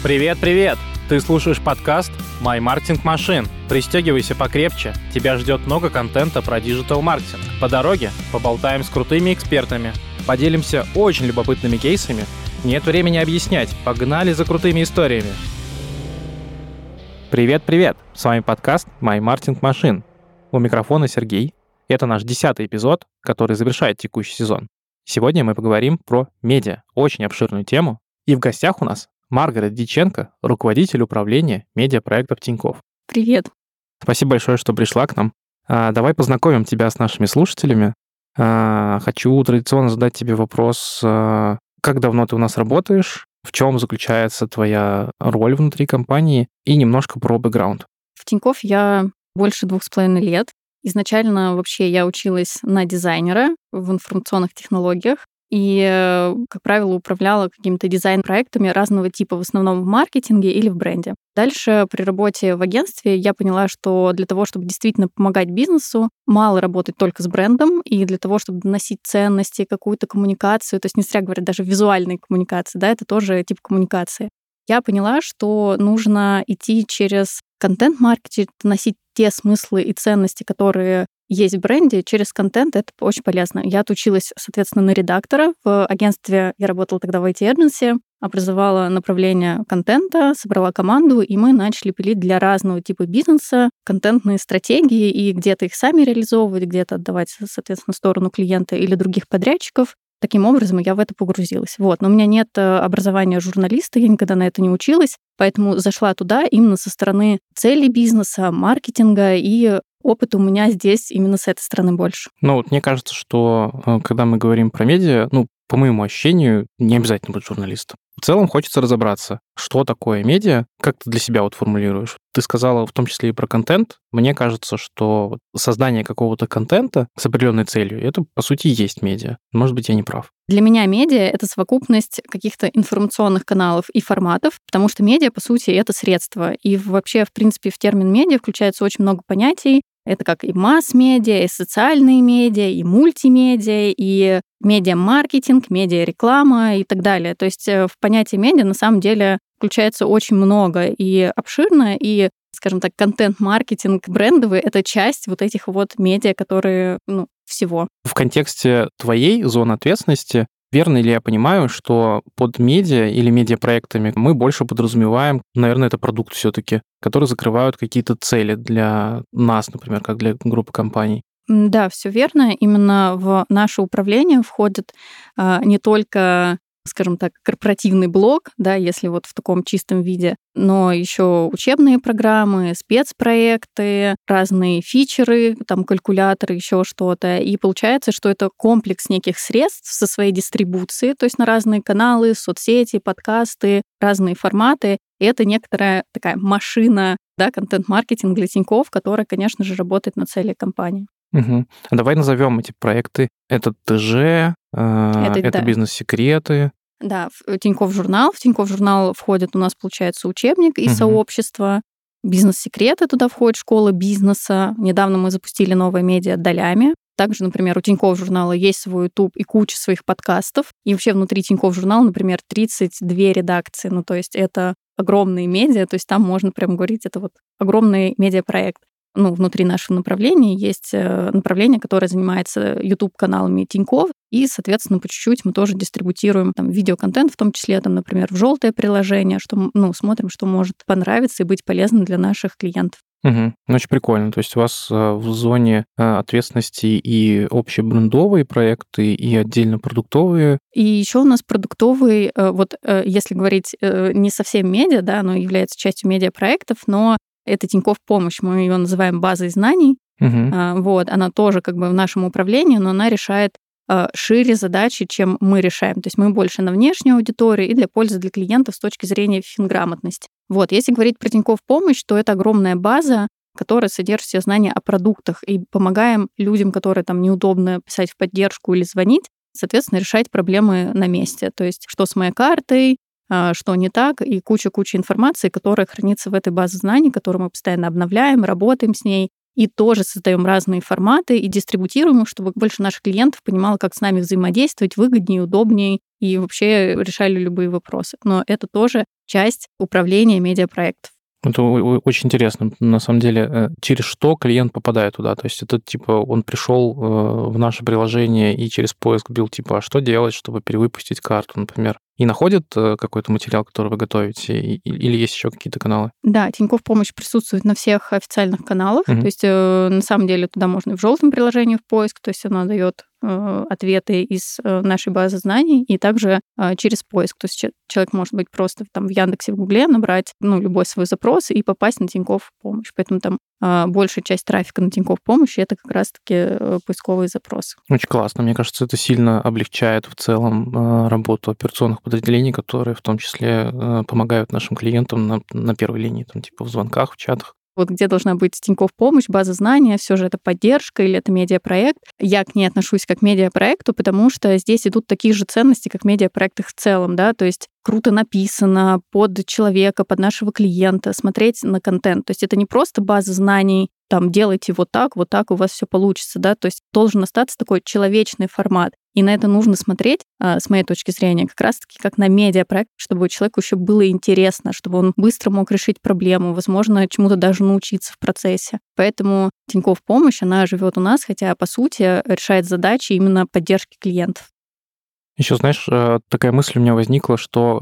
Привет! Ты слушаешь подкаст «My Marketing Machine». Пристегивайся покрепче, тебя ждет много контента про диджитал-маркетинг. По дороге поболтаем с крутыми экспертами, поделимся очень любопытными кейсами. Нет времени объяснять, погнали за крутыми историями. Привет! С вами подкаст «My Marketing Machine». У микрофона Сергей. Это наш 10-й эпизод, который завершает текущий сезон. Сегодня мы поговорим про медиа, очень обширную тему. И в гостях у нас Маргарет Дьяченко, руководитель управления медиапроектов Тинькофф. Привет. Спасибо большое, что пришла к нам. Давай познакомим тебя с нашими слушателями. Хочу традиционно задать тебе вопрос, как давно ты у нас работаешь, в чем заключается твоя роль внутри компании и немножко про бэкграунд. В Тинькофф я больше 2,5 лет. Изначально вообще я училась на дизайнера в информационных технологиях и, как правило, управляла какими-то дизайн-проектами разного типа, в основном в маркетинге или в бренде. Дальше при работе в агентстве я поняла, что для того, чтобы действительно помогать бизнесу, мало работать только с брендом, и для того, чтобы доносить ценности, какую-то коммуникацию, то есть не зря говорят даже визуальной коммуникации, да, это тоже тип коммуникации. Я поняла, что нужно идти через контент-маркетинг, доносить те смыслы и ценности, которые есть в бренде, через контент. Это очень полезно. Я отучилась, соответственно, на редактора. В агентстве я работала тогда в IT-Agency, образовала направление контента, собрала команду, и мы начали пилить для разного типа бизнеса контентные стратегии и где-то их сами реализовывать, где-то отдавать, соответственно, в сторону клиента или других подрядчиков. Таким образом, я в это погрузилась. Но у меня нет образования журналиста, я никогда на это не училась, поэтому зашла туда именно со стороны целей бизнеса, маркетинга, и опыт у меня здесь именно с этой стороны больше. Мне кажется, что когда мы говорим про медиа, по моему ощущению, не обязательно быть журналистом. В целом хочется разобраться, что такое медиа, как ты для себя формулируешь. Ты сказала в том числе и про контент. Мне кажется, что создание какого-то контента с определенной целью, это, по сути, и есть медиа. Может быть, я не прав. Для меня медиа — это совокупность каких-то информационных каналов и форматов, потому что медиа, по сути, это средство. И вообще, в принципе, в термин медиа включается очень много понятий. Это как и масс-медиа, и социальные медиа, и мультимедиа, и медиа-маркетинг, медиа-реклама и так далее. То есть в понятии медиа на самом деле включается очень много и обширно, и, скажем так, контент-маркетинг брендовый — это часть этих медиа, которые, всего. В контексте твоей зоны ответственности, верно ли я понимаю, что под медиа или медиапроектами мы больше подразумеваем, наверное, это продукт все-таки, которые закрывают какие-то цели для нас, например, как для группы компаний? Да, все верно. Именно в наше управление входит не только, скажем так, корпоративный блок, да, если в таком чистом виде, но еще учебные программы, спецпроекты, разные фичеры, калькуляторы, еще что-то. И получается, что это комплекс неких средств со своей дистрибуцией, то есть на разные каналы, соцсети, подкасты, разные форматы. И это некоторая такая машина, да, контент-маркетинг для Тинькофф, которая, конечно же, работает на цели компании. Угу. Давай назовем эти проекты. Это ТЖ, это бизнес-секреты. Да, в Тинькофф журнал. В Тинькофф журнал входит у нас, получается, учебник и сообщество. Бизнес-секреты туда входит, школа бизнеса. Недавно мы запустили новое медиа «Долями». Также, например, у Тинькофф журнала есть свой YouTube и куча своих подкастов. И вообще внутри Тинькофф журнала, например, 32 редакции. То есть это огромные медиа, то есть там можно прям говорить, это огромный медиапроект. Внутри нашего направления есть направление, которое занимается YouTube-каналами Тинькофф, и, соответственно, по чуть-чуть мы тоже дистрибутируем видеоконтент, в том числе, например, в желтое приложение, что смотрим, что может понравиться и быть полезным для наших клиентов. Угу. Очень прикольно. То есть у вас в зоне ответственности и общебрендовые проекты, и отдельно продуктовые. И еще у нас продуктовый, если говорить не совсем медиа, да, оно является частью медиапроектов, но это Тинькофф Помощь, мы ее называем базой знаний. Она тоже в нашем управлении, но она решает шире задачи, чем мы решаем. То есть мы больше на внешнюю аудиторию и для пользы для клиентов с точки зрения финграмотности. Если говорить про Тинькофф Помощь, то это огромная база, которая содержит все знания о продуктах, и помогаем людям, которые неудобно писать в поддержку или звонить, соответственно, решать проблемы на месте. То есть что с моей картой, что не так, и куча информации, которая хранится в этой базе знаний, которую мы постоянно обновляем, работаем с ней. и тоже создаем разные форматы и дистрибутируем их, чтобы больше наших клиентов понимало, как с нами взаимодействовать выгоднее, удобнее и вообще решали любые вопросы. Но это тоже часть управления медиапроектов. Это очень интересно. На самом деле, через что клиент попадает туда? То есть это типа он пришел в наше приложение и через поиск бил типа, а что делать, чтобы перевыпустить карту, например, и находит какой-то материал, который вы готовите, или есть еще какие-то каналы? Да, Тинькофф Помощь присутствует на всех официальных каналах. То есть на самом деле туда можно и в желтом приложении в поиск, то есть она дает ответы из нашей базы знаний, и также через поиск. То есть человек может быть просто там в Яндексе, в Гугле набрать любой свой запрос и попасть на Тинькофф Помощь. Поэтому там большая часть трафика на Тинькофф Помощь это как раз-таки поисковые запросы. Очень классно. Мне кажется, это сильно облегчает в целом работу операционных подразделений, которые в том числе помогают нашим клиентам на первой линии, там типа в звонках, в чатах. Вот где должна быть Тинькофф Помощь, база знания, все же это поддержка или это медиапроект. Я к ней отношусь как к медиапроекту, потому что здесь идут такие же ценности, как в медиапроектах в целом, да, то есть круто написано под человека, под нашего клиента, смотреть на контент. То есть это не просто база знаний, там, делайте вот так, у вас все получится, да, то есть должен остаться такой человечный формат. И на это нужно смотреть, с моей точки зрения, как раз-таки как на медиапроект, чтобы человеку еще было интересно, чтобы он быстро мог решить проблему, возможно, чему-то даже научиться в процессе. Поэтому Тинькофф Помощь, она живет у нас, хотя, по сути, решает задачи именно поддержки клиентов. Еще, знаешь, такая мысль у меня возникла, что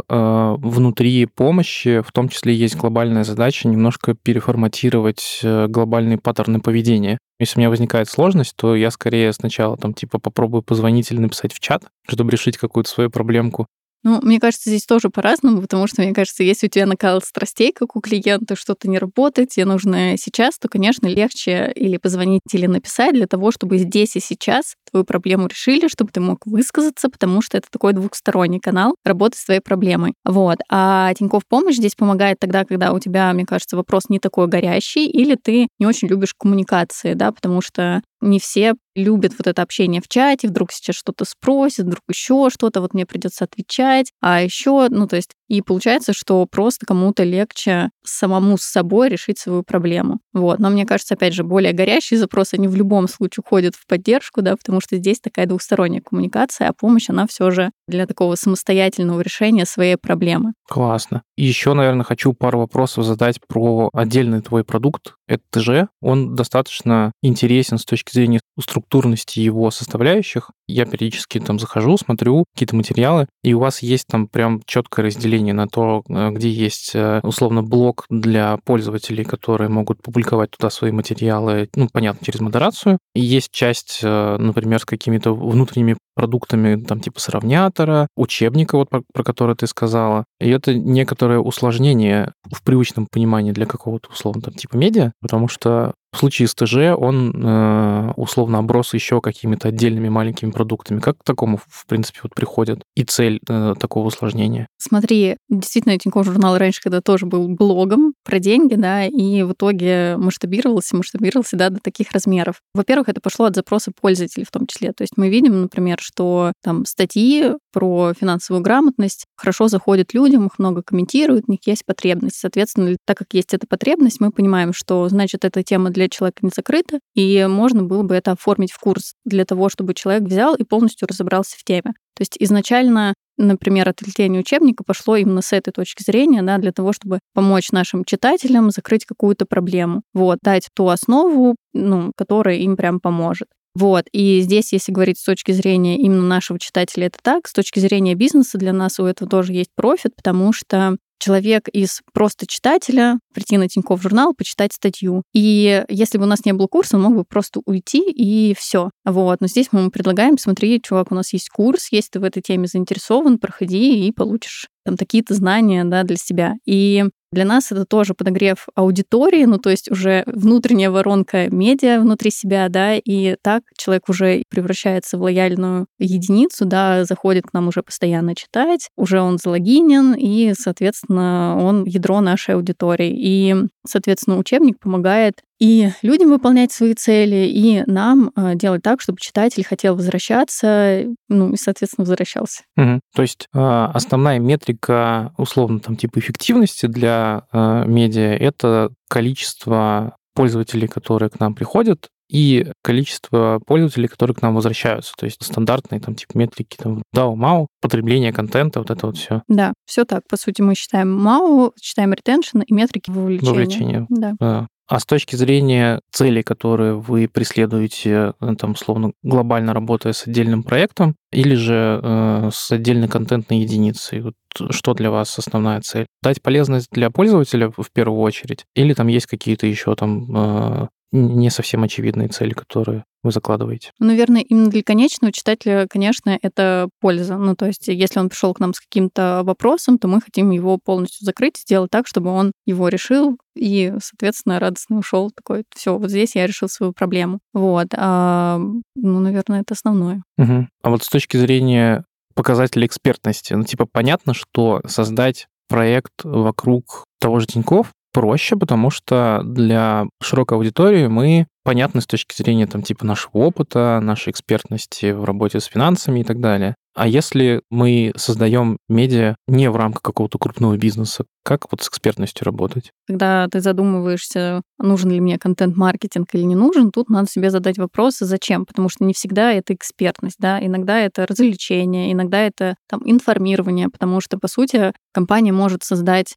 внутри помощи в том числе есть глобальная задача немножко переформатировать глобальные паттерны поведения. Если у меня возникает сложность, то я скорее сначала там типа попробую позвонить или написать в чат, чтобы решить какую-то свою проблемку. Ну, мне кажется, здесь тоже по-разному, потому что, мне кажется, если у тебя накал страстей, как у клиента, что-то не работает, тебе нужно сейчас, то, конечно, легче или позвонить, или написать для того, чтобы здесь и сейчас твою проблему решили, чтобы ты мог высказаться, потому что это такой двухсторонний канал работы с твоей проблемой. Вот. А Тинькофф Помощь здесь помогает тогда, когда у тебя, мне кажется, вопрос не такой горящий, или ты не очень любишь коммуникации, да, потому что не все любят вот это общение в чате, вдруг сейчас что-то спросят, вдруг еще что-то, вот мне придется отвечать, а еще, то есть, и получается, что просто кому-то легче самому с собой решить свою проблему. Вот. Но мне кажется, опять же, более горящие запросы, они в любом случае уходят в поддержку, да, потому что здесь такая двухсторонняя коммуникация, а помощь, она все же для такого самостоятельного решения своей проблемы. Классно. И еще, наверное, хочу пару вопросов задать про отдельный твой продукт. Это ТЖ. Он достаточно интересен с точки зрения структурности его составляющих. Я периодически там захожу, смотрю какие-то материалы, и у вас есть там прям четкое разделение на то, где есть условно блок для пользователей, которые могут публиковать туда свои материалы, понятно, через модерацию. И есть часть, например, с какими-то внутренними продуктами, там типа сравнятора, учебника, вот про который ты сказала. И это некоторое усложнение в привычном понимании для какого-то условно там типа медиа, потому что в случае с ТЖ он условно оброс еще какими-то отдельными маленькими продуктами. Как к такому, в принципе, вот приходит и цель такого усложнения? Смотри, действительно, Тинькофф журнал раньше, когда тоже был блогом про деньги, да, и в итоге масштабировался, да, до таких размеров. Во-первых, это пошло от запроса пользователей в том числе. То есть мы видим, например, что там статьи про финансовую грамотность хорошо заходят людям, их много комментируют, у них есть потребность. Соответственно, так как есть эта потребность, мы понимаем, что, значит, эта тема для человека не закрыта, и можно было бы это оформить в курс для того, чтобы человек взял и полностью разобрался в теме. То есть изначально, например, отвлечение учебника пошло именно с этой точки зрения, да, для того, чтобы помочь нашим читателям закрыть какую-то проблему. Вот, дать ту основу, которая им прям поможет. Вот, и здесь, если говорить с точки зрения именно нашего читателя, это так. С точки зрения бизнеса для нас у этого тоже есть профит, потому что человек из просто читателя прийти на Тинькофф журнал, почитать статью. И если бы у нас не было курса, он мог бы просто уйти, и все. Вот. Но здесь мы ему предлагаем: смотри, чувак, у нас есть курс, если ты в этой теме заинтересован, проходи и получишь там такие-то знания, да, для себя. И для нас это тоже подогрев аудитории, то есть уже внутренняя воронка медиа внутри себя, да, и так человек уже превращается в лояльную единицу, да, заходит к нам уже постоянно читать, уже он залогинен, и, соответственно, он ядро нашей аудитории. И, соответственно, учебник помогает и людям выполнять свои цели, и нам делать так, чтобы читатель хотел возвращаться, и, соответственно, возвращался. Угу. То есть основная метрика, условно, там, типа эффективности для медиа — это количество пользователей, которые к нам приходят, и количество пользователей, которые к нам возвращаются. То есть стандартные там типа метрики, там DAU, MAU, потребление контента, вот это вот все. Да, все так. По сути, мы считаем MAU, считаем retention и метрики вовлечения. Вовлечение. Да. А с точки зрения целей, которые вы преследуете, там, условно, глобально работая с отдельным проектом, или же с отдельной контентной единицей, вот что для вас основная цель? Дать полезность для пользователя в первую очередь, или там есть какие-то еще там не совсем очевидные цели, которые вы закладываете? Наверное, именно для конечного читателя, конечно, это польза. Ну, то есть, если он пришел к нам с каким-то вопросом, то мы хотим его полностью закрыть, сделать так, чтобы он его решил и, соответственно, радостно ушел такой: все, вот здесь я решил свою проблему. Вот. Наверное, это основное. Угу. А вот с точки зрения показателей экспертности, ну, типа, понятно, что создать проект вокруг того же Тинькофф проще, потому что для широкой аудитории мы понятны с точки зрения там типа нашего опыта, нашей экспертности в работе с финансами и так далее. А если мы создаем медиа не в рамках какого-то крупного бизнеса, как вот с экспертностью работать? Когда ты задумываешься, нужен ли мне контент-маркетинг или не нужен, тут надо себе задать вопрос, зачем? Потому что не всегда это экспертность, да, иногда это развлечение, иногда это там информирование, потому что, по сути, компания может создать,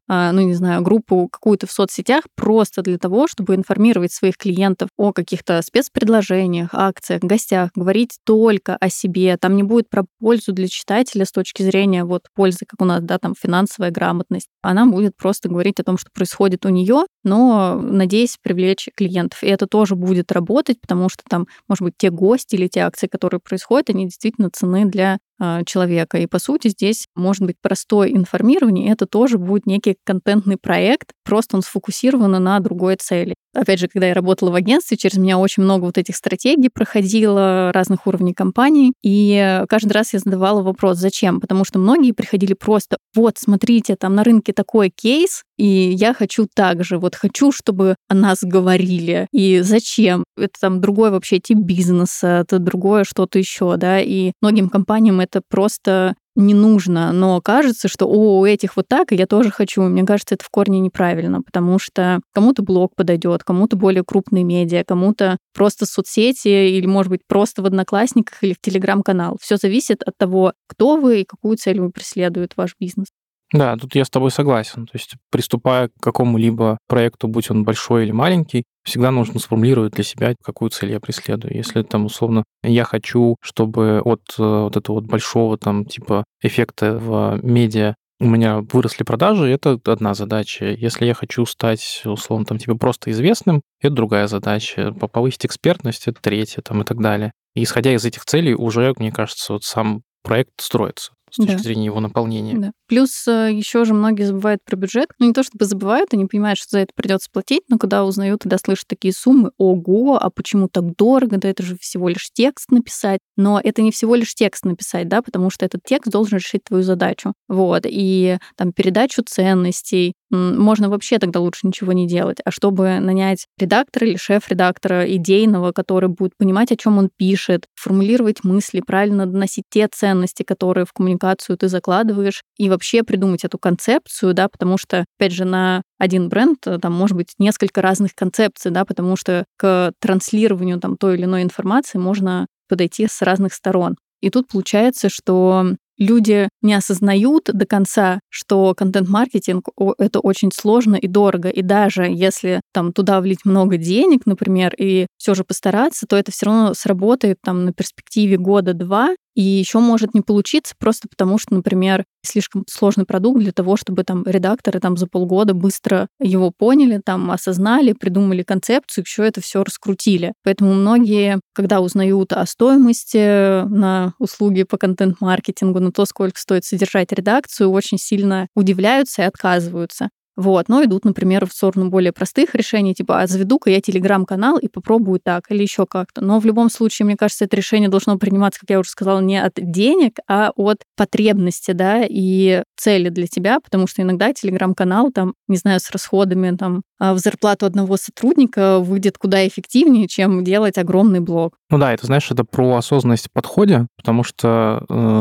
группу какую-то в соцсетях просто для того, чтобы информировать своих клиентов о каких-то спецпредложениях, акциях, гостях, говорить только о себе. Там не будет про пользу для читателя с точки зрения вот пользы, как у нас, да, там финансовая грамотность. Она будет просто говорить о том, что происходит у нее, но надеясь привлечь клиентов. И это тоже будет работать, потому что там, может быть, те гости или те акции, которые происходят, они действительно ценны для человека. И, по сути, здесь может быть простое информирование, и это тоже будет некий контентный проект, просто он сфокусирован на другой цели. Опять же, когда я работала в агентстве, через меня очень много вот этих стратегий проходило разных уровней компаний, и каждый раз я задавала вопрос, зачем? Потому что многие приходили просто: вот, смотрите, там на рынке такой кейс, и я хочу так же, вот хочу, чтобы о нас говорили. И зачем? Это там другой вообще тип бизнеса, это другое что-то еще, да, и многим компаниям это просто не нужно, но кажется, что у этих вот так, и я тоже хочу. Мне кажется, это в корне неправильно, потому что кому-то блог подойдет, кому-то более крупные медиа, кому-то просто соцсети или, может быть, просто в Одноклассниках или в Телеграм-канал. Все зависит от того, кто вы и какую цель вы преследует ваш бизнес. Да, тут я с тобой согласен. То есть, приступая к какому-либо проекту, будь он большой или маленький, всегда нужно сформулировать для себя, какую цель я преследую. Если там, условно, я хочу, чтобы от вот этого вот большого там типа эффекта в медиа у меня выросли продажи, это одна задача. Если я хочу стать, условно, там типа просто известным, это другая задача. Повысить экспертность, это третья, там и так далее. И исходя из этих целей уже, мне кажется, вот сам проект строится с точки зрения его наполнения. Да. Плюс еще же многие забывают про бюджет. Ну, не то чтобы забывают, они понимают, что за это придется платить, но когда узнают, когда слышат такие суммы: ого, а почему так дорого? Да это же всего лишь текст написать. Но это не всего лишь текст написать, да, потому что этот текст должен решить твою задачу. Вот. И там передачу ценностей. Можно вообще тогда лучше ничего не делать. А чтобы нанять редактора или шеф-редактора идейного, который будет понимать, о чем он пишет, формулировать мысли, правильно доносить те ценности, которые в коммуникацию ты закладываешь, и вообще придумать эту концепцию, да, потому что, опять же, на один бренд там может быть несколько разных концепций, да, потому что к транслированию там той или иной информации можно подойти с разных сторон. И тут получается, что люди не осознают до конца, что контент-маркетинг — это очень сложно и дорого. И даже если там туда влить много денег, например, и все же постараться, то это все равно сработает там на перспективе года-два, и еще может не получиться просто потому, что, например, слишком сложный продукт для того, чтобы там редакторы там за полгода быстро его поняли, там осознали, придумали концепцию, еще это все раскрутили. Поэтому многие, когда узнают о стоимости на услуги по контент-маркетингу, на то, сколько стоит содержать редакцию, очень сильно удивляются и отказываются. Вот, но идут, например, в сторону более простых решений, типа: а заведу-ка я телеграм-канал и попробую так, или еще как-то. Но в любом случае, мне кажется, это решение должно приниматься, как я уже сказала, не от денег, а от потребности, да, и цели для тебя, потому что иногда телеграм-канал, там, не знаю, с расходами там в зарплату одного сотрудника выйдет куда эффективнее, чем делать огромный блог. Ну да, это, знаешь, это про осознанность в подходе, потому что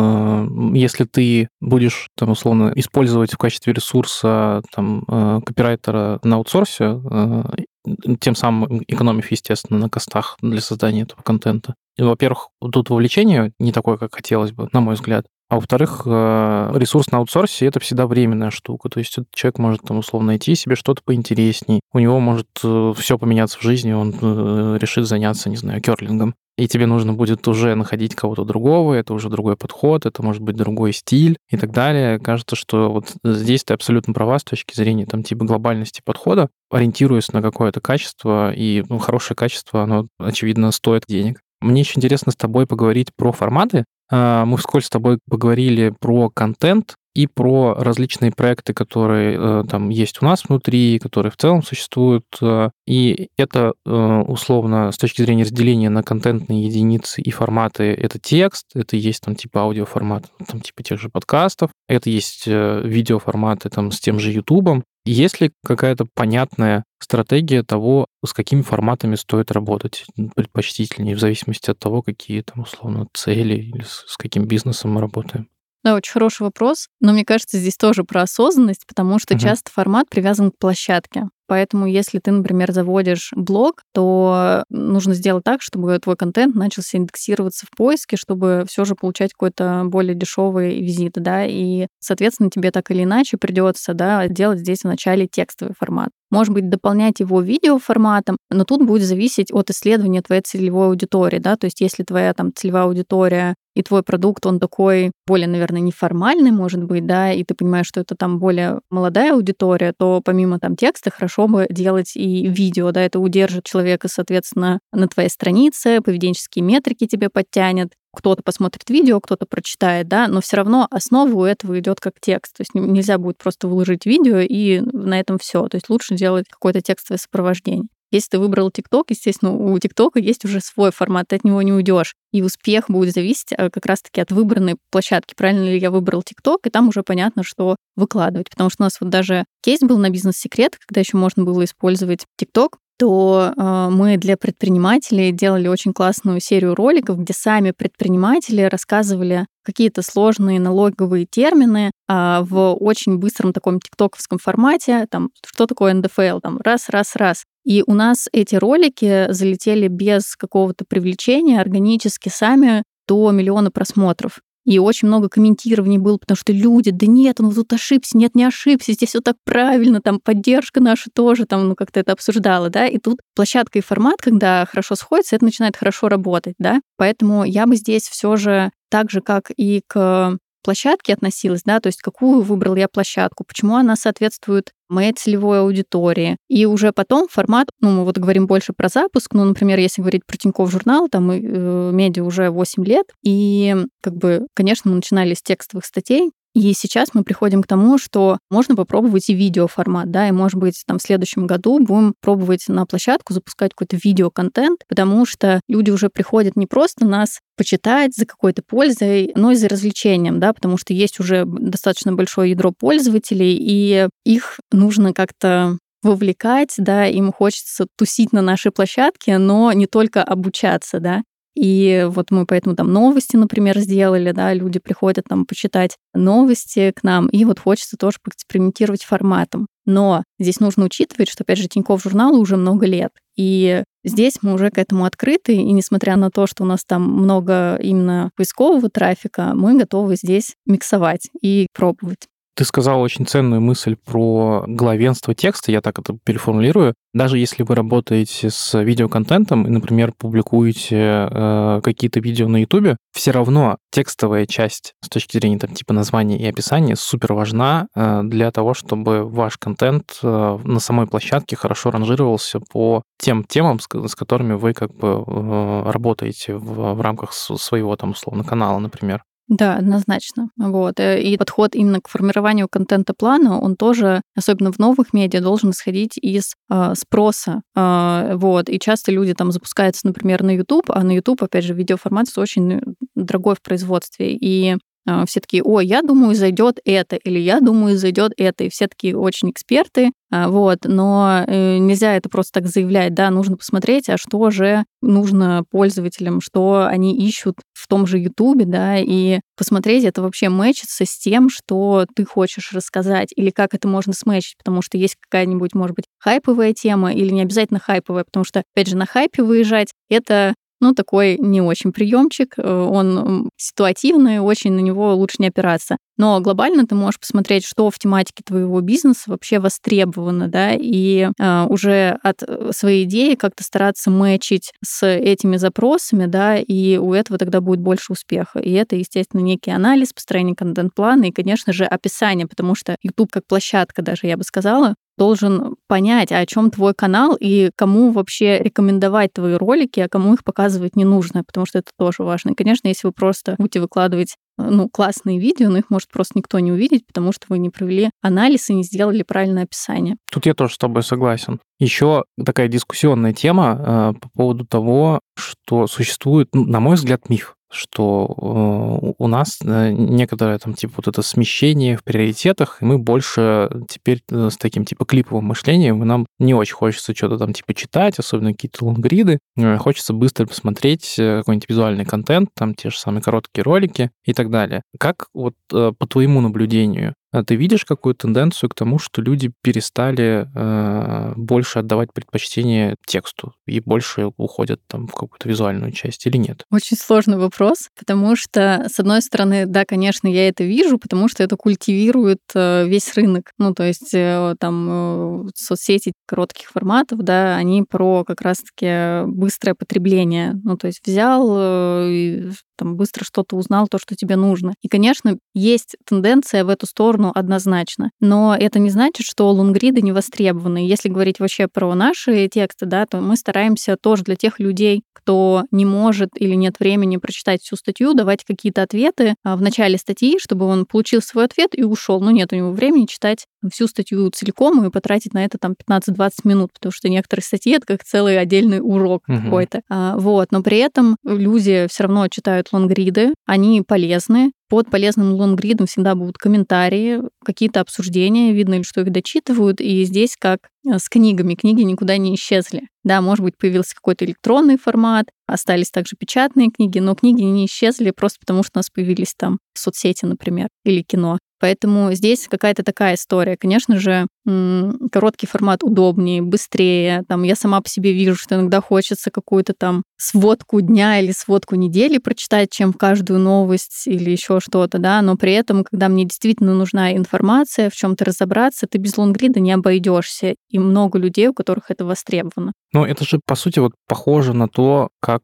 если ты будешь, там, условно, использовать в качестве ресурса там, копирайтера на аутсорсе, тем самым экономив, естественно, на костах для создания этого контента. И, во-первых, тут вовлечение не такое, как хотелось бы, на мой взгляд. А во-вторых, ресурс на аутсорсе — это всегда временная штука. То есть этот человек может, там, условно, найти себе что-то поинтересней. У него может все поменяться в жизни, он решит заняться, не знаю, керлингом. И тебе нужно будет уже находить кого-то другого, это уже другой подход, это может быть другой стиль и так далее. Кажется, что вот здесь ты абсолютно права с точки зрения там типа глобальности подхода, ориентируясь на какое-то качество, и хорошее качество, оно, очевидно, стоит денег. Мне еще интересно с тобой поговорить про форматы. Мы вскользь с тобой поговорили про контент и про различные проекты, которые там есть у нас внутри, которые в целом существуют. И это, условно, с точки зрения разделения на контентные единицы и форматы, это текст, это есть там типа аудиоформат, там типа тех же подкастов, это есть видеоформаты там с тем же Ютубом. Есть ли какая-то понятная стратегия того, с какими форматами стоит работать предпочтительнее, в зависимости от того, какие там, условно, цели или с каким бизнесом мы работаем? Да, очень хороший вопрос. Но мне кажется, здесь тоже про осознанность, потому что часто формат привязан к площадке. Поэтому если ты, например, заводишь блог, то нужно сделать так, чтобы твой контент начался индексироваться в поиске, чтобы все же получать какой-то более дешевый визит, да, и, соответственно, тебе так или иначе придется, да, делать здесь вначале текстовый формат. Может быть, дополнять его видеоформатом, но тут будет зависеть от исследования твоей целевой аудитории, да, то есть если твоя там целевая аудитория и твой продукт, он такой более, наверное, неформальный, может быть, да, и ты понимаешь, что это там более молодая аудитория, то помимо там текста хорошо бы делать и видео, да, это удержит человека, соответственно, на твоей странице, поведенческие метрики тебе подтянет, кто-то посмотрит видео, кто-то прочитает, да, но все равно основа у этого идет как текст. То есть нельзя будет просто выложить видео и на этом все. То есть лучше делать какое-то текстовое сопровождение. Если ты выбрал ТикТок, естественно, у ТикТока есть уже свой формат, ты от него не уйдешь. И успех будет зависеть как раз-таки от выбранной площадки. Правильно ли я выбрал ТикТок, и там уже понятно, что выкладывать. Потому что у нас вот даже кейс был на «Бизнес-секрет», когда еще можно было использовать ТикТок, то мы для предпринимателей делали очень классную серию роликов, где сами предприниматели рассказывали какие-то сложные налоговые термины в очень быстром таком тиктоковском формате, там, что такое НДФЛ, там, раз. И у нас эти ролики залетели без какого-то привлечения, органически сами до 1 миллиона просмотров. И очень много комментирований было, потому что люди, да нет, он тут ошибся, нет, не ошибся, здесь все так правильно, там поддержка наша тоже, там, ну, как-то это обсуждала, да, и тут площадка и формат, когда хорошо сходятся, это начинает хорошо работать, да, поэтому я бы здесь все же так же, как и к площадке относилась, да, то есть какую выбрал я площадку, почему она соответствует моей целевой аудитории. И уже потом формат, ну, мы вот говорим больше про запуск, ну, например, если говорить про Тинькофф журнал, там медиа уже 8 лет, и как бы, конечно, мы начинали с текстовых статей, и сейчас мы приходим к тому, что можно попробовать и видеоформат, да, и, может быть, там в следующем году будем пробовать на площадку запускать какой-то видеоконтент, потому что люди уже приходят не просто нас почитать за какой-то пользой, но и за развлечением, да, потому что есть уже достаточно большое ядро пользователей, и их нужно как-то вовлекать, да, им хочется тусить на нашей площадке, но не только обучаться, да. И вот мы поэтому там новости, например, сделали, да, люди приходят там почитать новости к нам, и вот хочется тоже поэкспериментировать форматом. Но здесь нужно учитывать, что, опять же, Тинькофф журналу уже много лет, и здесь мы уже к этому открыты, и несмотря на то, что у нас там много именно поискового трафика, мы готовы здесь миксовать и пробовать. Ты сказала очень ценную мысль про главенство текста, я так это переформулирую. Даже если вы работаете с видеоконтентом и, например, публикуете какие-то видео на Ютубе, все равно текстовая часть с точки зрения там, типа названия и описания супер важна для того, чтобы ваш контент на самой площадке хорошо ранжировался по тем темам, с которыми вы как бы работаете в рамках своего там условно канала, например. Да, однозначно. Вот. И подход именно к формированию контента-плана, он тоже, особенно в новых медиа, должен исходить из спроса. Вот. И часто люди там запускаются, например, на YouTube, а на YouTube, опять же, видеоформат очень дорогой в производстве. И все такие: ой, я думаю, зайдет это, или я думаю, зайдет это. И все такие очень эксперты, Но нельзя это просто так заявлять, да, нужно посмотреть, а что же нужно пользователям, что они ищут в том же Ютубе, да, и посмотреть, это вообще мэчится с тем, что ты хочешь рассказать, или как это можно сметчить, потому что есть какая-нибудь, может быть, хайповая тема, или не обязательно хайповая, потому что, опять же, на хайпе выезжать — это такой не очень приемчик, он ситуативный, очень на него лучше не опираться. Но глобально ты можешь посмотреть, что в тематике твоего бизнеса вообще востребовано, да, и уже от своей идеи как-то стараться мэчить с этими запросами, да, и у этого тогда будет больше успеха. И это, естественно, некий анализ, построение контент-плана и, конечно же, описание, потому что YouTube как площадка даже, я бы сказала, должен понять, о чем твой канал и кому вообще рекомендовать твои ролики, а кому их показывать не нужно, потому что это тоже важно. И, конечно, если вы просто будете выкладывать классные видео, но их может просто никто не увидеть, потому что вы не провели анализ и не сделали правильное описание. Тут я тоже с тобой согласен. Еще такая дискуссионная тема по поводу того, что существует, на мой взгляд, миф, что у нас некоторое там типа вот это смещение в приоритетах, и мы больше теперь с таким типа клиповым мышлением, и нам не очень хочется что-то там типа читать, особенно какие-то лонгриды, хочется быстро посмотреть какой-нибудь визуальный контент, там те же самые короткие ролики и так далее. Как вот по твоему наблюдению, ты видишь какую-то тенденцию к тому, что люди перестали больше отдавать предпочтение тексту и больше уходят там в какую-то визуальную часть или нет? Очень сложный вопрос, потому что, с одной стороны, да, конечно, я это вижу, потому что это культивирует весь рынок. То есть там соцсети коротких форматов, да, они про как раз-таки быстрое потребление. То есть взял и там быстро что-то узнал, то, что тебе нужно. И, конечно, есть тенденция в эту сторону однозначно. Но это не значит, что лонгриды не востребованы. Если говорить вообще про наши тексты, да, то мы стараемся тоже для тех людей, кто не может или нет времени прочитать всю статью, давать какие-то ответы в начале статьи, чтобы он получил свой ответ и ушел. Нет у него времени читать всю статью целиком и потратить на это там 15-20 минут, потому что некоторые статьи — это как целый отдельный урок какой-то. Но при этом люди все равно читают лонгриды, они полезны. Под полезным лонгридом всегда будут комментарии, какие-то обсуждения, видно ли, что их дочитывают. И здесь как с книгами. Книги никуда не исчезли. Да, может быть, появился какой-то электронный формат, остались также печатные книги, но книги не исчезли просто потому, что у нас появились там соцсети, например, или кино. Поэтому здесь какая-то такая история. Конечно же, короткий формат удобнее, быстрее. Там я сама по себе вижу, что иногда хочется какую-то там сводку дня или сводку недели прочитать, чем каждую новость или еще что-то, да. Но при этом, когда мне действительно нужна информация, в чем-то разобраться, ты без лонгрида не обойдешься. И много людей, у которых это востребовано. Это же, по сути, вот похоже на то, как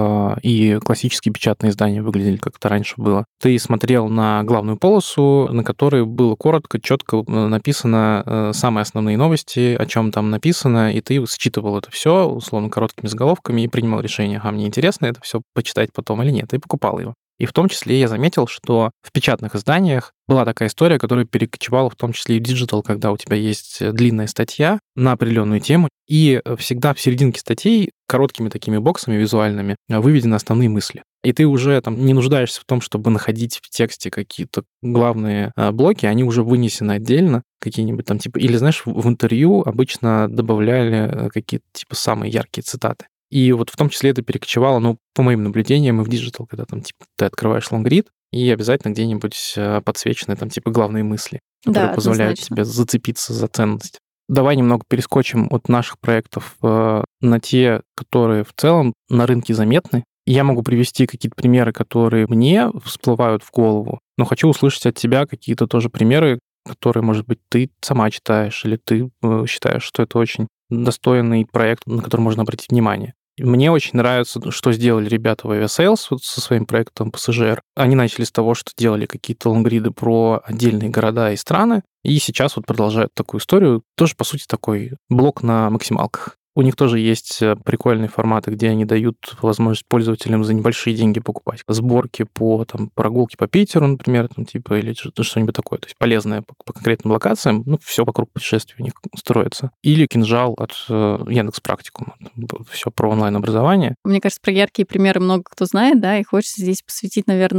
и классические печатные издания выглядели, как это раньше было. Ты смотрел на главную полосу, на которой было коротко, четко написано самые основные новости, о чем там написано, и ты считывал это все условно короткими заголовками и принимал решение, мне интересно это все почитать потом или нет, и покупал его. И в том числе я заметил, что в печатных изданиях была такая история, которая перекочевала в том числе и в диджитал, когда у тебя есть длинная статья на определенную тему, и всегда в серединке статей короткими такими боксами визуальными выведены основные мысли. И ты уже там не нуждаешься в том, чтобы находить в тексте какие-то главные блоки, они уже вынесены отдельно, какие-нибудь там типа... Или, знаешь, в интервью обычно добавляли какие-то типа самые яркие цитаты. И вот в том числе это перекочевало, по моим наблюдениям, и в диджитал, когда там типа ты открываешь лонгрид, и обязательно где-нибудь подсвечены там типа главные мысли, которые позволяют тебе зацепиться за ценность. Давай немного перескочим от наших проектов на те, которые в целом на рынке заметны. Я могу привести какие-то примеры, которые мне всплывают в голову, но хочу услышать от тебя какие-то тоже примеры, которые, может быть, ты сама читаешь, или ты считаешь, что это очень достойный проект, на который можно обратить внимание. Мне очень нравится, что сделали ребята в Aviasales вот со своим проектом «Пассажир». Они начали с того, что делали какие-то лонгриды про отдельные города и страны, и сейчас вот продолжают такую историю. Тоже, по сути, такой блок на максималках. У них тоже есть прикольные форматы, где они дают возможность пользователям за небольшие деньги покупать сборки по прогулке по Питеру, например, или что-нибудь такое. То есть полезное по конкретным локациям. Все вокруг путешествий у них строится. Или кинжал от Яндекс.Практикума. Все про онлайн-образование. Мне кажется, про яркие примеры много кто знает, да, и хочется здесь посвятить, наверное,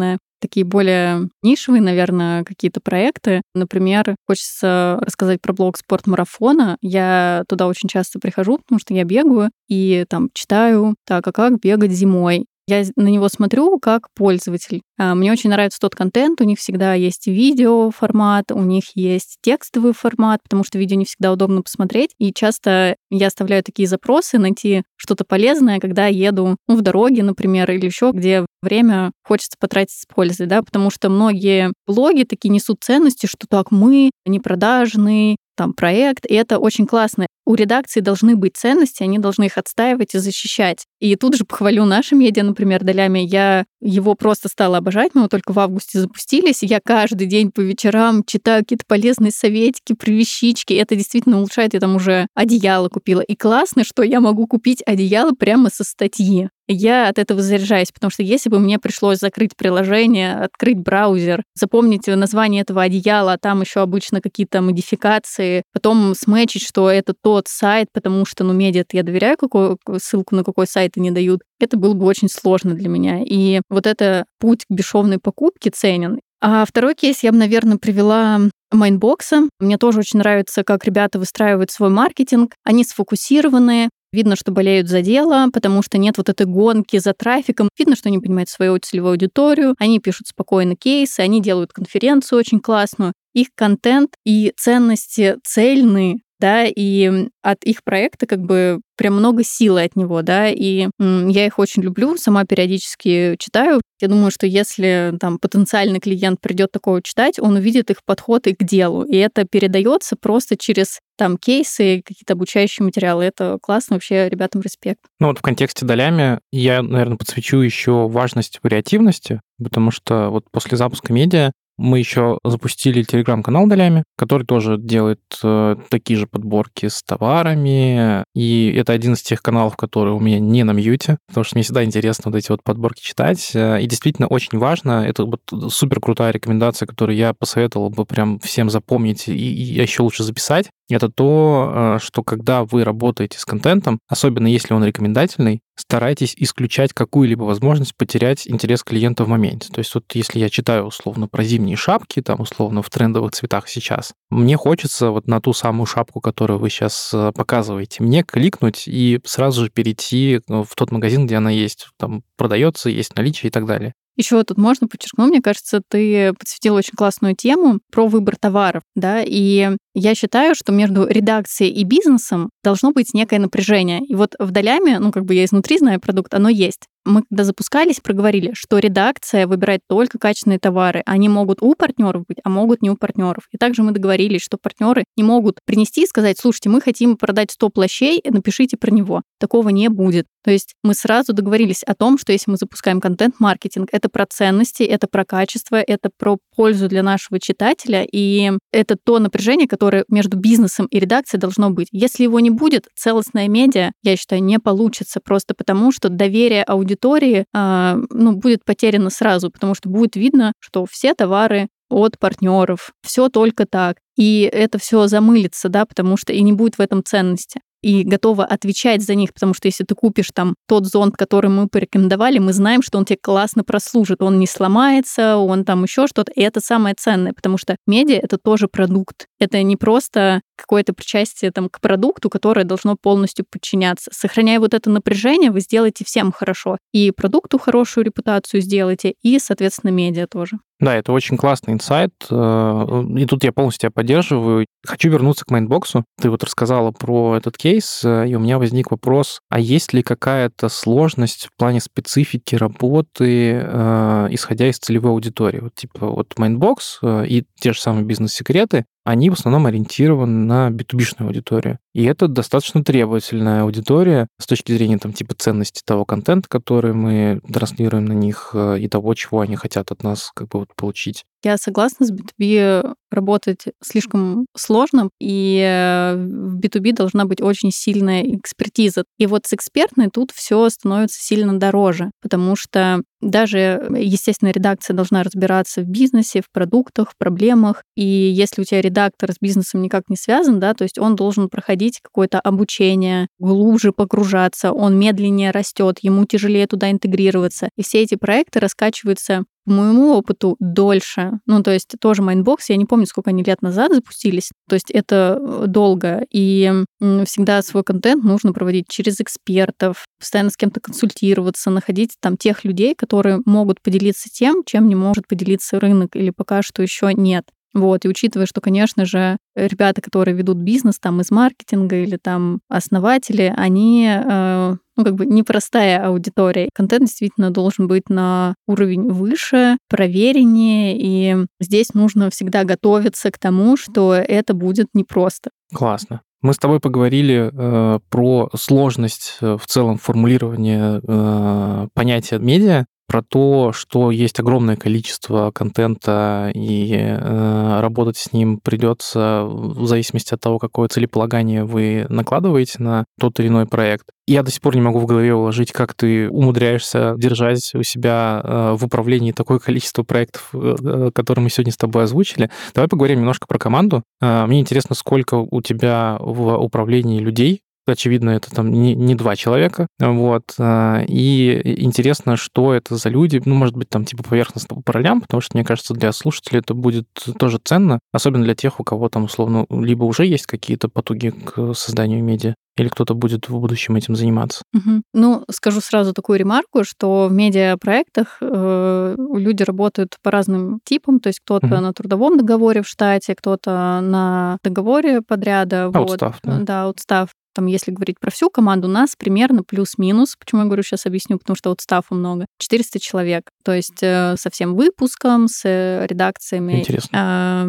такие более нишевые, наверное, какие-то проекты. Например, хочется рассказать про блог «Спортмарафона». Я туда очень часто прихожу, потому что я бегаю и там читаю, так, а как бегать зимой? Я на него смотрю как пользователь. Мне очень нравится тот контент. У них всегда есть видеоформат, у них есть текстовый формат, потому что видео не всегда удобно посмотреть. И часто я оставляю такие запросы, найти что-то полезное, когда еду в дороге, например, или еще где время хочется потратить с пользой, да, потому что многие блоги такие несут ценности, что так мы не продажный, там проект, и это очень классно. У редакции должны быть ценности, они должны их отстаивать и защищать. И тут же похвалю наши медиа, например, Долями. Я его просто стала обожать, мы его только в августе запустились. Я каждый день по вечерам читаю какие-то полезные советики про вещички. Это действительно улучшает. Я там уже одеяло купила. И классно, что я могу купить одеяло прямо со статьи. Я от этого заряжаюсь, потому что если бы мне пришлось закрыть приложение, открыть браузер, запомнить название этого одеяла, а там еще обычно какие-то модификации, потом сметчить, что это тот сайт, потому что, медиа я доверяю, какую ссылку на какой сайт они дают, это было бы очень сложно для меня. И вот это путь к бесшовной покупке ценен. А второй кейс я бы, наверное, привела Майндбокса. Мне тоже очень нравится, как ребята выстраивают свой маркетинг. Они сфокусированы, видно, что болеют за дело, потому что нет вот этой гонки за трафиком. Видно, что они понимают свою целевую аудиторию, они пишут спокойно кейсы, они делают конференцию очень классную. Их контент и ценности цельны, да, и от их проекта как бы прям много силы от него, да, и я их очень люблю, сама периодически читаю. Я думаю, что если там потенциальный клиент придет такого читать, он увидит их подход и к делу, и это передается просто через там кейсы, какие-то обучающие материалы. Это классно, вообще ребятам респект. Вот в контексте Долями я, наверное, подсвечу еще важность вариативности, потому что вот после запуска медиа мы еще запустили телеграм-канал Долями, который тоже делает такие же подборки с товарами. И это один из тех каналов, которые у меня не на мьюте, потому что мне всегда интересно вот эти вот подборки читать. И действительно очень важно, это вот супер крутая рекомендация, которую я посоветовал бы прям всем запомнить и еще лучше записать. Это то, что когда вы работаете с контентом, особенно если он рекомендательный, старайтесь исключать какую-либо возможность потерять интерес клиента в моменте. То есть вот если я читаю условно про зимние шапки, там условно в трендовых цветах сейчас, мне хочется вот на ту самую шапку, которую вы сейчас показываете, мне кликнуть и сразу же перейти в тот магазин, где она есть, там продается, есть наличие и так далее. Еще тут можно подчеркнуть, мне кажется, ты подсветила очень классную тему про выбор товаров, да, и я считаю, что между редакцией и бизнесом должно быть некое напряжение. И вот в Долями, я изнутри знаю продукт, оно есть. Мы, когда запускались, проговорили, что редакция выбирает только качественные товары. Они могут у партнеров быть, а могут не у партнеров. И также мы договорились, что партнеры не могут принести и сказать: слушайте, мы хотим продать 100 плащей, напишите про него. Такого не будет. То есть мы сразу договорились о том, что если мы запускаем контент-маркетинг, это про ценности, это про качество, это про пользу для нашего читателя, и это то напряжение, которое между бизнесом и редакцией должно быть. Если его не будет, целостная медиа, я считаю, не получится, просто потому что доверие аудитории будет потеряно сразу, потому что будет видно, что все товары от партнеров, все только так. И это все замылится, да, потому что и не будет в этом ценности. И готова отвечать за них, потому что если ты купишь там тот зонт, который мы порекомендовали, мы знаем, что он тебе классно прослужит, он не сломается, он там еще что-то, и это самое ценное, потому что медиа — это тоже продукт. Это не просто какое-то причастие там к продукту, которое должно полностью подчиняться. Сохраняя вот это напряжение, вы сделаете всем хорошо. И продукту хорошую репутацию сделаете, и, соответственно, медиа тоже. Да, это очень классный инсайт, и тут я полностью тебя поддерживаю. Хочу вернуться к Майндбоксу. Ты вот рассказала про этот кейс, и у меня возник вопрос, а есть ли какая-то сложность в плане специфики работы, исходя из целевой аудитории? Вот Майндбокс и те же самые бизнес-секреты, они в основном ориентированы на B2B-шную аудиторию. И это достаточно требовательная аудитория с точки зрения ценности того контента, который мы транслируем на них, и того, чего они хотят от нас получить. Я согласна, с B2B работать слишком сложно, и в B2B должна быть очень сильная экспертиза. И вот с экспертной тут все становится сильно дороже, потому что даже, естественно, редакция должна разбираться в бизнесе, в продуктах, в проблемах. И если у тебя редактор с бизнесом никак не связан, да, то есть он должен проходить какое-то обучение, глубже погружаться, он медленнее растет, ему тяжелее туда интегрироваться. И все эти проекты раскачиваются По моему опыту дольше. Ну, то есть тоже Mindbox, я не помню, сколько они лет назад запустились. То есть это долго. И всегда свой контент нужно проводить через экспертов, постоянно с кем-то консультироваться, находить там тех людей, которые могут поделиться тем, чем не может поделиться рынок или пока что еще нет. Вот, и учитывая, что, конечно же, ребята, которые ведут бизнес там из маркетинга или там основатели, они, непростая аудитория. Контент действительно должен быть на уровень выше, провереннее, и здесь нужно всегда готовиться к тому, что это будет непросто. Классно. Мы с тобой поговорили про сложность в целом формулирования понятия медиа, про то, что есть огромное количество контента, и работать с ним придется в зависимости от того, какое целеполагание вы накладываете на тот или иной проект. Я до сих пор не могу в голове уложить, как ты умудряешься держать у себя в управлении такое количество проектов, которые мы сегодня с тобой озвучили. Давай поговорим немножко про команду. Мне интересно, сколько у тебя в управлении людей. Очевидно, это там не 2 человека. Вот. И интересно, что это за люди. Ну, может быть, там типа поверхностно по ролям, потому что, мне кажется, для слушателей это будет тоже ценно, особенно для тех, у кого там, условно, либо уже есть какие-то потуги к созданию медиа, или кто-то будет в будущем этим заниматься. Ну, скажу сразу такую ремарку, что в медиапроектах люди работают по разным типам, то есть кто-то на трудовом договоре в штате, кто-то на договоре подряда. Аутстафф, да? Да, аутстафф. Там, если говорить про всю команду, у нас примерно плюс-минус, почему я говорю, сейчас объясню, потому что аутстаффа много, 400 человек. То есть со всем выпуском, с редакциями. Интересно.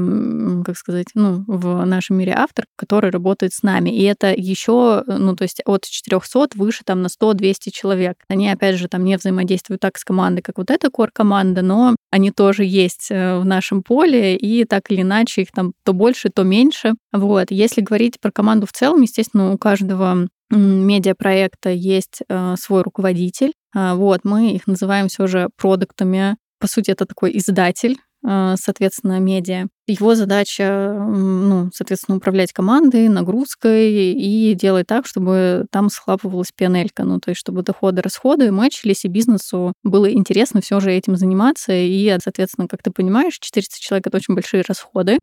В нашем мире автор, который работает с нами. И это еще, то есть от 400 выше там на 100-200 человек. Они, опять же, там не взаимодействуют так с командой, как вот эта кор-команда, но они тоже есть в нашем поле, и так или иначе их там то больше, то меньше. Вот. Если говорить про команду в целом, естественно, у каждого медиапроекта есть свой руководитель. Вот, мы их называем все же продуктами. По сути, это такой издатель, соответственно, медиа. Его задача, соответственно, управлять командой, нагрузкой и делать так, чтобы там схлапывалась P&L-ка, то есть чтобы доходы, расходы мэчились, и бизнесу было интересно все же этим заниматься. И, соответственно, как ты понимаешь, 400 человек — это очень большие расходы.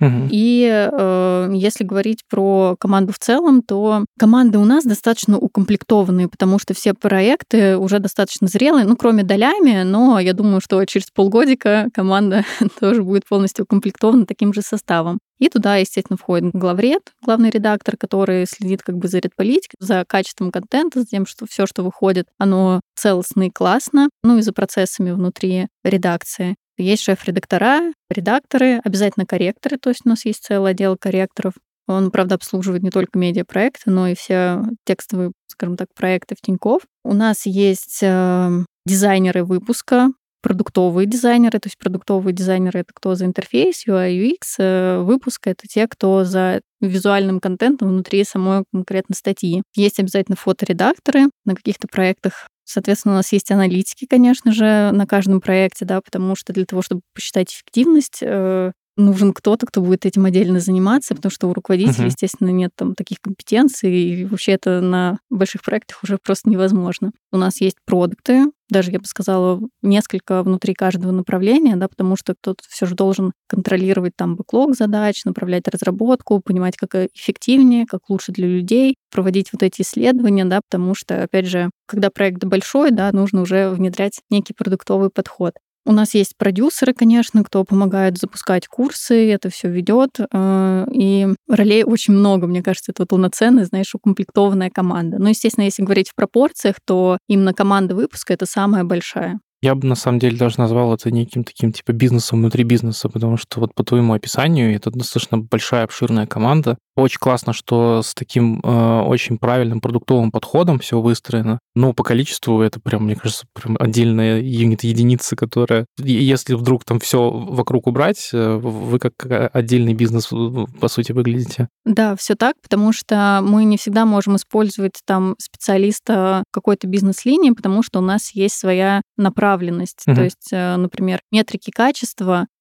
И если говорить про команду в целом, то команды у нас достаточно укомплектованные, потому что все проекты уже достаточно зрелые, кроме долями, но я думаю, что через полгодика команда тоже будет полностью укомплектована таким же составом. И туда, естественно, входит главред, главный редактор, который следит за редполитикой, за качеством контента, за тем, что все, что выходит, оно целостно и классно, и за процессами внутри редакции. Есть шеф-редактора, редакторы, обязательно корректоры, то есть у нас есть целый отдел корректоров. Он, правда, обслуживает не только медиапроекты, но и все текстовые, скажем так, проекты в Тинькофф. У нас есть дизайнеры выпуска, продуктовые дизайнеры, то есть продуктовые дизайнеры — это кто за интерфейс, UI, UX, выпуска — это те, кто за визуальным контентом внутри самой конкретно статьи. Есть обязательно фоторедакторы на каких-то проектах. Соответственно, у нас есть аналитики, конечно же, на каждом проекте, да, потому что для того, чтобы посчитать эффективность, нужен кто-то, кто будет этим отдельно заниматься, потому что у руководителя, естественно, нет там таких компетенций, и вообще это на больших проектах уже просто невозможно. У нас есть продукты, даже, я бы сказала, несколько внутри каждого направления, да, потому что кто-то все же должен контролировать там бэклог задач, направлять разработку, понимать, как эффективнее, как лучше для людей, проводить вот эти исследования, да, потому что, опять же, когда проект большой, да, нужно уже внедрять некий продуктовый подход. У нас есть продюсеры, конечно, кто помогает запускать курсы, это все ведет, и ролей очень много, мне кажется, это полноценная, укомплектованная команда. Но, естественно, если говорить в пропорциях, то именно команда выпуска — это самая большая. Я бы, на самом деле, даже назвал это неким таким, типа, бизнесом внутри бизнеса, потому что вот по твоему описанию это достаточно большая, обширная команда. Очень классно, что с таким очень правильным продуктовым подходом все выстроено. Но по количеству это прям, мне кажется, прям отдельная единица, которая... Если вдруг там все вокруг убрать, вы как отдельный бизнес, по сути, выглядите. Да, все так, потому что мы не всегда можем использовать там специалиста какой-то бизнес-линии, потому что у нас есть своя направленность. То есть, например, метрики качества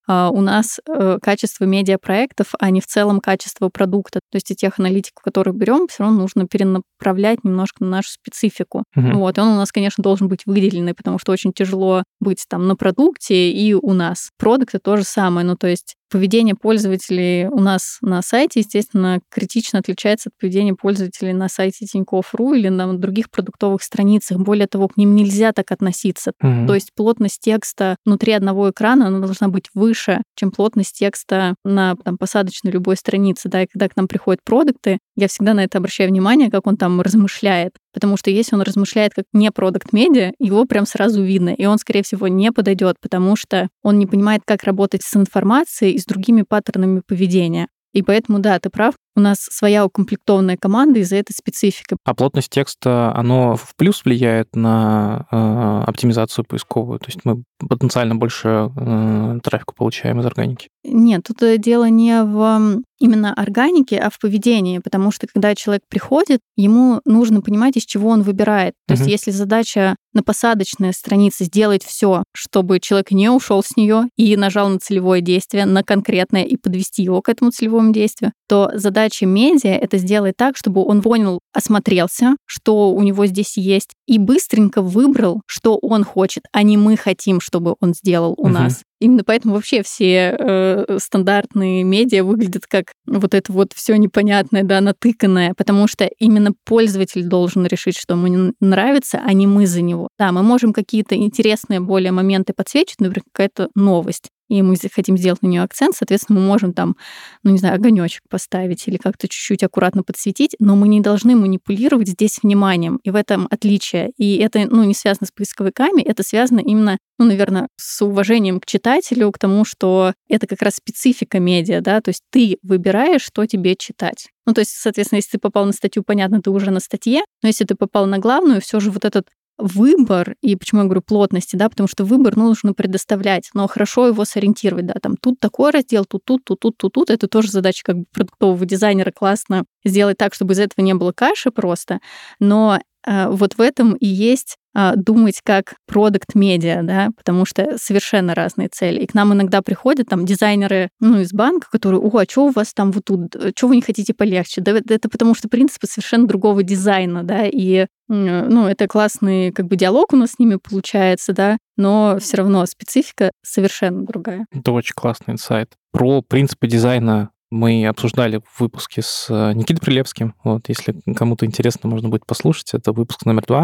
у нас качество медиапроектов, а не в целом качество продукта. То есть и тех аналитиков, которые берем, все равно нужно перенаправлять немножко на нашу специфику. Вот. И он у нас, конечно, должен быть выделенный, потому что очень тяжело быть там на продукте и у нас. Продукты то же самое. Ну, то есть поведение пользователей у нас на сайте, естественно, критично отличается от поведения пользователей на сайте Тинькофф.ру или на других продуктовых страницах. Более того, к ним нельзя так относиться. То есть плотность текста внутри одного экрана, она должна быть выше, чем плотность текста на там, посадочной любой странице. Да? И когда к нам приходят продукты, я всегда на это обращаю внимание, как он там размышляет. Потому что если он размышляет как не продакт-медиа, его прям сразу видно. И он, скорее всего, не подойдет, потому что он не понимает, как работать с информацией и с другими паттернами поведения. И поэтому, да, ты прав, у нас своя укомплектованная команда из-за этой специфики. А плотность текста, оно в плюс влияет на оптимизацию поисковую? То есть мы потенциально больше трафика получаем из органики? Нет, тут дело не в именно органике, а в поведении, потому что когда человек приходит, ему нужно понимать, из чего он выбирает. То есть если задача на посадочной странице сделать все, чтобы человек не ушел с нее и нажал на целевое действие, на конкретное, и подвести его к этому целевому действию, то задача медиа — это сделать так, чтобы он понял, осмотрелся, что у него здесь есть, и быстренько выбрал, что он хочет, а не мы хотим, чтобы он сделал у нас. Именно поэтому вообще все стандартные медиа выглядят как вот это вот все непонятное, да, натыканное, потому что именно пользователь должен решить, что ему нравится, а не мы за него. Да, мы можем какие-то интересные более моменты подсвечивать, например, какая-то новость, и мы хотим сделать на нее акцент, соответственно, мы можем там, ну, не знаю, огонечек поставить или как-то чуть-чуть аккуратно подсветить, но мы не должны манипулировать здесь вниманием, и в этом отличие. И это, ну, не связано с поисковиками, это связано именно, ну, наверное, с уважением к читателю, к тому, что это как раз специфика медиа, да, то есть ты выбираешь, что тебе читать. Ну, то есть, соответственно, если ты попал на статью, понятно, ты уже на статье, но если ты попал на главную, все же вот этот выбор, и почему я говорю плотности, да, потому что выбор нужно предоставлять, но хорошо его сориентировать, да, там тут такой раздел, тут, это тоже задача как бы продуктового дизайнера, классно сделать так, чтобы из этого не было каши просто, но вот в этом и есть думать как продакт-медиа, да, потому что совершенно разные цели. И к нам иногда приходят там дизайнеры, ну, из банка, которые, а что у вас там вот тут, что вы не хотите полегче? Да, это потому что принципы совершенно другого дизайна, да, и, ну, это классный как бы диалог у нас с ними получается, да, но все равно специфика совершенно другая. Это очень классный инсайт. Про принципы дизайна мы обсуждали в выпуске с Никитой Прилепским. Вот, если кому-то интересно, можно будет послушать. Это выпуск номер 2.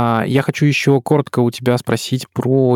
Я хочу еще коротко у тебя спросить про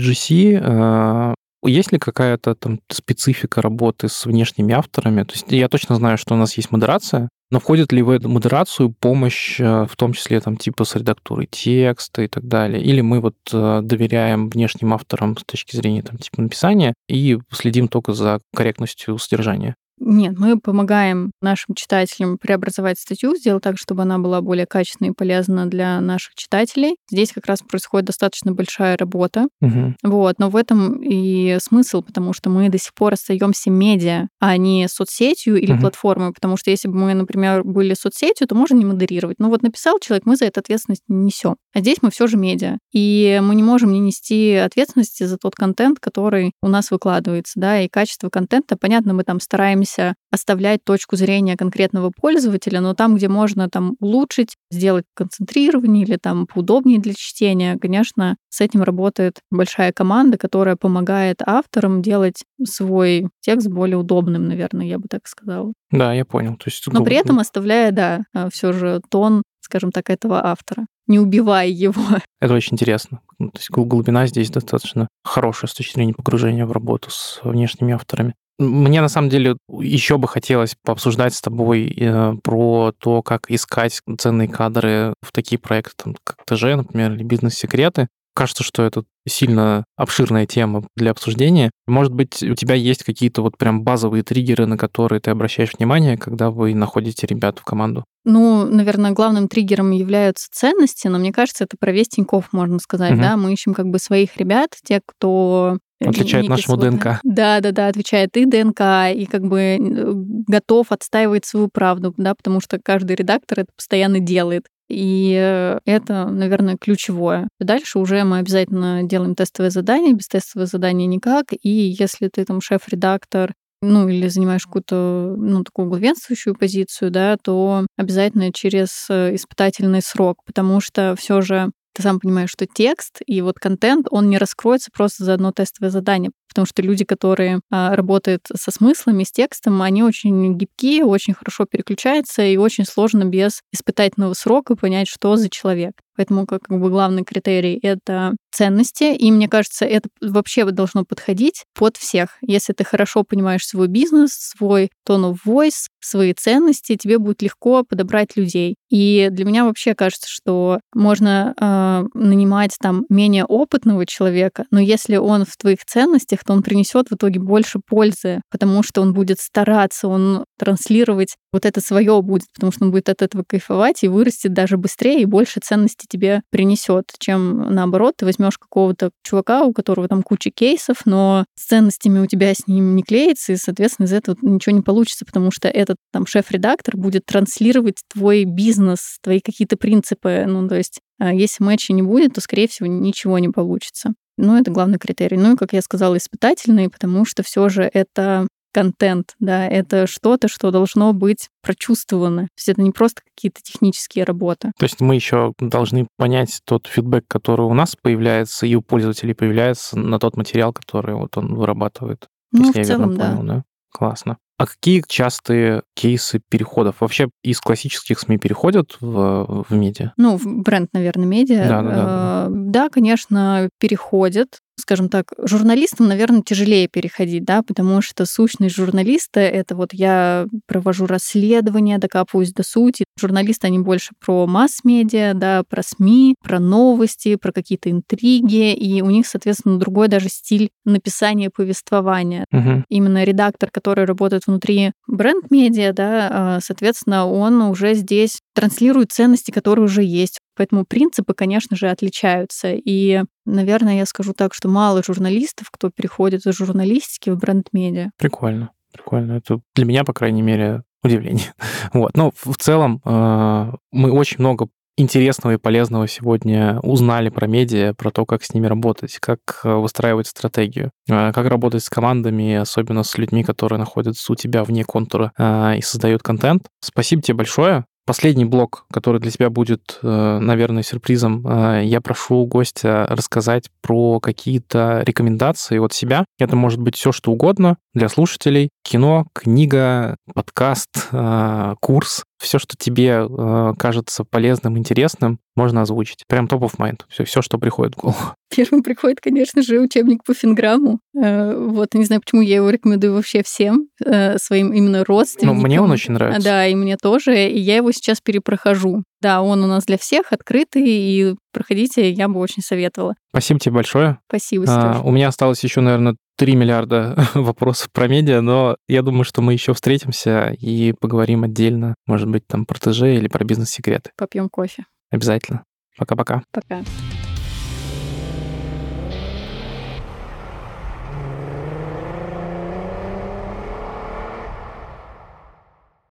UGC. Есть ли какая-то там специфика работы с внешними авторами? То есть я точно знаю, что у нас есть модерация, но входит ли в эту модерацию помощь, в том числе там типа с редактурой текста и так далее? Или мы вот доверяем внешним авторам с точки зрения там типа написания и следим только за корректностью содержания? Нет, мы помогаем нашим читателям преобразовать статью, сделать так, чтобы она была более качественной и полезна для наших читателей. Здесь как раз происходит достаточно большая работа. Вот, но в этом и смысл, потому что мы до сих пор остаемся медиа, а не соцсетью или платформой, потому что если бы мы, например, были соцсетью, то можно не модерировать. Ну вот написал человек, мы за это ответственность не несем. А здесь мы все же медиа. И мы не можем не нести ответственности за тот контент, который у нас выкладывается, да, и качество контента, понятно, мы там стараемся оставлять точку зрения конкретного пользователя, но там, где можно там улучшить, сделать концентрирование или там поудобнее для чтения, конечно, с этим работает большая команда, которая помогает авторам делать свой текст более удобным, наверное, я бы так сказала. Да, я понял. То есть, но при этом оставляя, да, все же тон, скажем так, этого автора, не убивая его. Это очень интересно. То есть глубина здесь достаточно хорошая с точки зрения погружения в работу с внешними авторами. Мне, на самом деле, еще бы хотелось пообсуждать с тобой про то, как искать ценные кадры в такие проекты, там, как ТЖ, например, или «Бизнес-секреты». Кажется, что это сильно обширная тема для обсуждения. Может быть, у тебя есть какие-то вот прям базовые триггеры, на которые ты обращаешь внимание, когда вы находите ребят в команду? Ну, наверное, главным триггером являются ценности, но мне кажется, это про весь Тинькофф, можно сказать, да. Мы ищем как бы своих ребят, те, кто отличает нашему ДНК. Да, отвечает и ДНК, и как бы готов отстаивать свою правду, да, потому что каждый редактор это постоянно делает. И это, наверное, ключевое. Дальше уже мы обязательно делаем тестовое задание, без тестового задания никак. И если ты там шеф-редактор, или занимаешь какую-то, такую главенствующую позицию, да, то обязательно через испытательный срок, потому что все же ты сам понимаешь, что текст и вот контент, он не раскроется просто за одно тестовое задание, потому что люди, которые работают со смыслами, с текстом, они очень гибкие, очень хорошо переключаются, и очень сложно без испытательного срока понять, что за человек. Поэтому как бы главный критерий — это ценности, и мне кажется, это вообще должно подходить под всех. Если ты хорошо понимаешь свой бизнес, свой tone of voice, свои ценности, тебе будет легко подобрать людей. И для меня вообще кажется, что можно нанимать там менее опытного человека, но если он в твоих ценностях, то он принесет в итоге больше пользы, потому что он будет стараться, он транслировать вот это свое будет, потому что он будет от этого кайфовать и вырастет даже быстрее, и больше ценностей тебе принесет, чем наоборот, ты возьмешь какого-то чувака, у которого там куча кейсов, но с ценностями у тебя с ним не клеится, и, соответственно, из этого ничего не получится, потому что этот там шеф-редактор будет транслировать твой бизнес, твои какие-то принципы. То есть, если матча не будет, то, скорее всего, ничего не получится. Это главный критерий. И, как я сказала, испытательный, потому что все же это контент, да, это что-то, что должно быть прочувствовано. То есть это не просто какие-то технические работы. То есть мы еще должны понять тот фидбэк, который у нас появляется и у пользователей появляется на тот материал, который вот он вырабатывает. Если в целом, я верно понял, да? Классно. А какие частые кейсы переходов? Вообще из классических СМИ переходят в медиа? В бренд, наверное, медиа. Да. Да, конечно, переходят. Скажем так, журналистам, наверное, тяжелее переходить, да, потому что сущность журналиста — это вот я провожу расследования, докапываюсь до сути. Журналисты, они больше про масс-медиа, да, про СМИ, про новости, про какие-то интриги, и у них, соответственно, другой даже стиль написания повествования. Угу. Именно редактор, который работает внутри бренд-медиа, да, соответственно, он уже здесь транслирует ценности, которые уже есть. Поэтому принципы, конечно же, отличаются. И, наверное, я скажу так, что мало журналистов, кто переходит из журналистики в бренд-медиа. Прикольно. Это для меня, по крайней мере, удивление. Вот. Но в целом мы очень много интересного и полезного сегодня узнали про медиа, про то, как с ними работать, как выстраивать стратегию, как работать с командами, особенно с людьми, которые находятся у тебя вне контура и создают контент. Спасибо тебе большое. Последний блок, который для тебя будет, наверное, сюрпризом, я прошу гостя рассказать про какие-то рекомендации от себя. Это может быть все, что угодно для слушателей. Кино, книга, подкаст, курс. Все, что тебе кажется полезным, интересным, можно озвучить. Прям top of mind. Все, что приходит в голову. Первым приходит, конечно же, учебник по финграмму. Не знаю, почему я его рекомендую вообще всем своим именно родственникам. Мне он очень нравится. Да, и мне тоже. И я его сейчас перепрохожу. Да, он у нас для всех открытый, и проходите, я бы очень советовала. Спасибо тебе большое. Спасибо, Серёж. У меня осталось еще, наверное, 3 миллиарда вопросов про медиа, но я думаю, что мы еще встретимся и поговорим отдельно, может быть, там про ТЖ или про бизнес-секреты. Попьем кофе. Обязательно. Пока-пока. Пока.